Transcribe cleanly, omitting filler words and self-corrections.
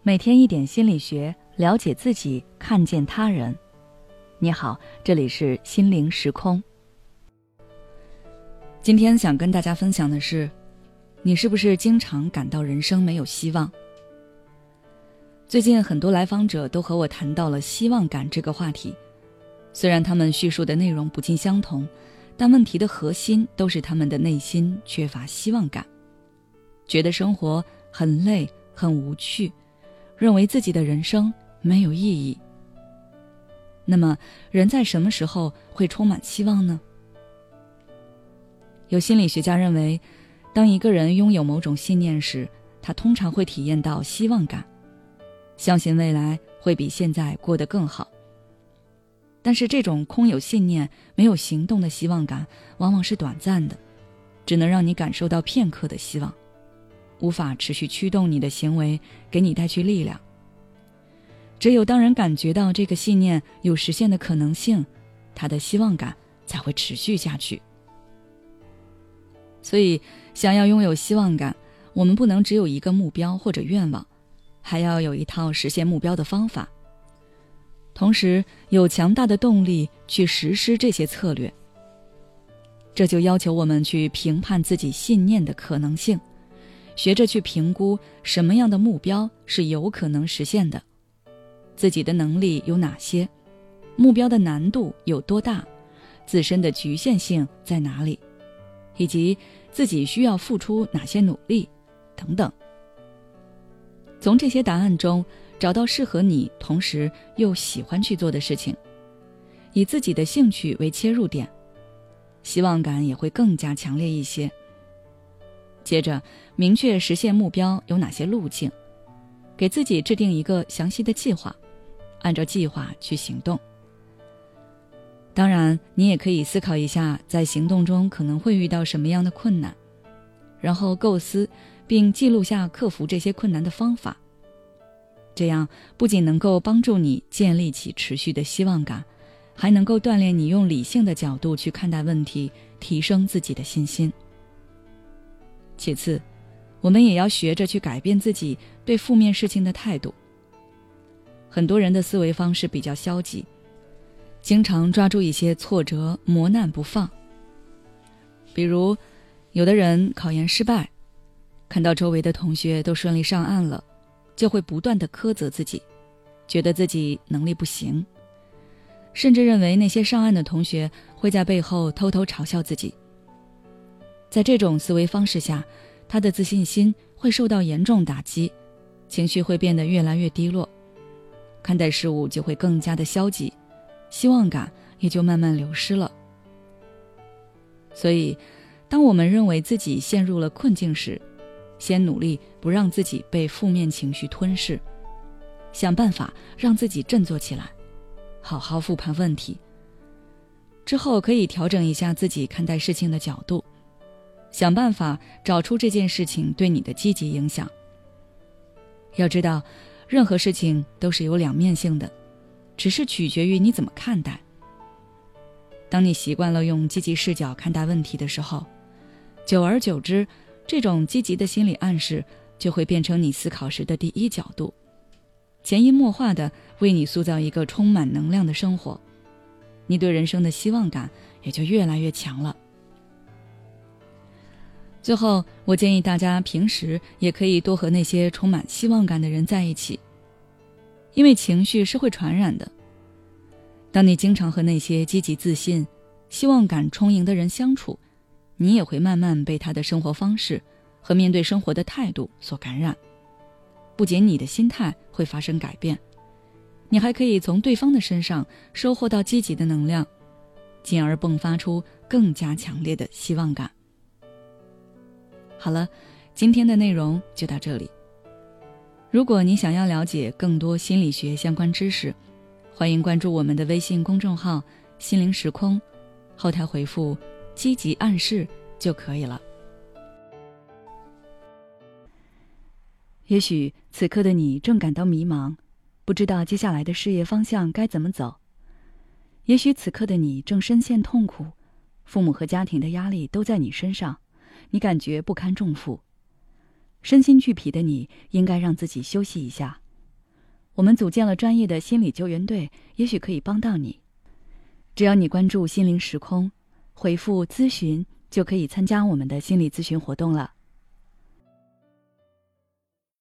每天一点心理学，了解自己，看见他人。你好，这里是心灵时空。今天想跟大家分享的是，你是不是经常感到人生没有希望？最近很多来访者都和我谈到了希望感这个话题，虽然他们叙述的内容不尽相同，但问题的核心都是他们的内心缺乏希望感，觉得生活很累很无趣，认为自己的人生没有意义。那么人在什么时候会充满希望呢？有心理学家认为，当一个人拥有某种信念时，他通常会体验到希望感，相信未来会比现在过得更好。但是这种空有信念没有行动的希望感往往是短暂的，只能让你感受到片刻的希望，无法持续驱动你的行为，给你带去力量。只有当人感觉到这个信念有实现的可能性，他的希望感才会持续下去。所以想要拥有希望感，我们不能只有一个目标或者愿望，还要有一套实现目标的方法，同时有强大的动力去实施这些策略。这就要求我们去评判自己信念的可能性，学着去评估什么样的目标是有可能实现的，自己的能力有哪些，目标的难度有多大，自身的局限性在哪里，以及自己需要付出哪些努力等等。从这些答案中找到适合你同时又喜欢去做的事情，以自己的兴趣为切入点，希望感也会更加强烈一些。接着明确实现目标有哪些路径，给自己制定一个详细的计划，按照计划去行动。当然你也可以思考一下在行动中可能会遇到什么样的困难，然后构思并记录下克服这些困难的方法。这样不仅能够帮助你建立起持续的希望感，还能够锻炼你用理性的角度去看待问题，提升自己的信心。其次，我们也要学着去改变自己对负面事情的态度。很多人的思维方式比较消极，经常抓住一些挫折磨难不放。比如有的人考研失败，看到周围的同学都顺利上岸了，就会不断地苛责自己，觉得自己能力不行，甚至认为那些上岸的同学会在背后偷偷嘲笑自己。在这种思维方式下，他的自信心会受到严重打击，情绪会变得越来越低落，看待事物就会更加的消极，希望感也就慢慢流失了。所以当我们认为自己陷入了困境时，先努力不让自己被负面情绪吞噬，想办法让自己振作起来，好好复盘问题。之后可以调整一下自己看待事情的角度，想办法找出这件事情对你的积极影响。要知道，任何事情都是有两面性的，只是取决于你怎么看待。当你习惯了用积极视角看待问题的时候，久而久之，这种积极的心理暗示就会变成你思考时的第一角度，潜移默化地为你塑造一个充满能量的生活，你对人生的希望感也就越来越强了。最后，我建议大家平时也可以多和那些充满希望感的人在一起，因为情绪是会传染的。当你经常和那些积极自信、希望感充盈的人相处，你也会慢慢被他的生活方式和面对生活的态度所感染。不仅你的心态会发生改变，你还可以从对方的身上收获到积极的能量，进而迸发出更加强烈的希望感。好了，今天的内容就到这里。如果你想要了解更多心理学相关知识，欢迎关注我们的微信公众号心灵时空，后台回复积极暗示就可以了。也许此刻的你正感到迷茫，不知道接下来的事业方向该怎么走。也许此刻的你正深陷痛苦，父母和家庭的压力都在你身上，你感觉不堪重负。身心俱疲的你应该让自己休息一下， 我们组建了专业的心理救援队，也许可以帮到你。只要你关注心灵时空，回复咨询就可以参加我们的心理咨询活动了。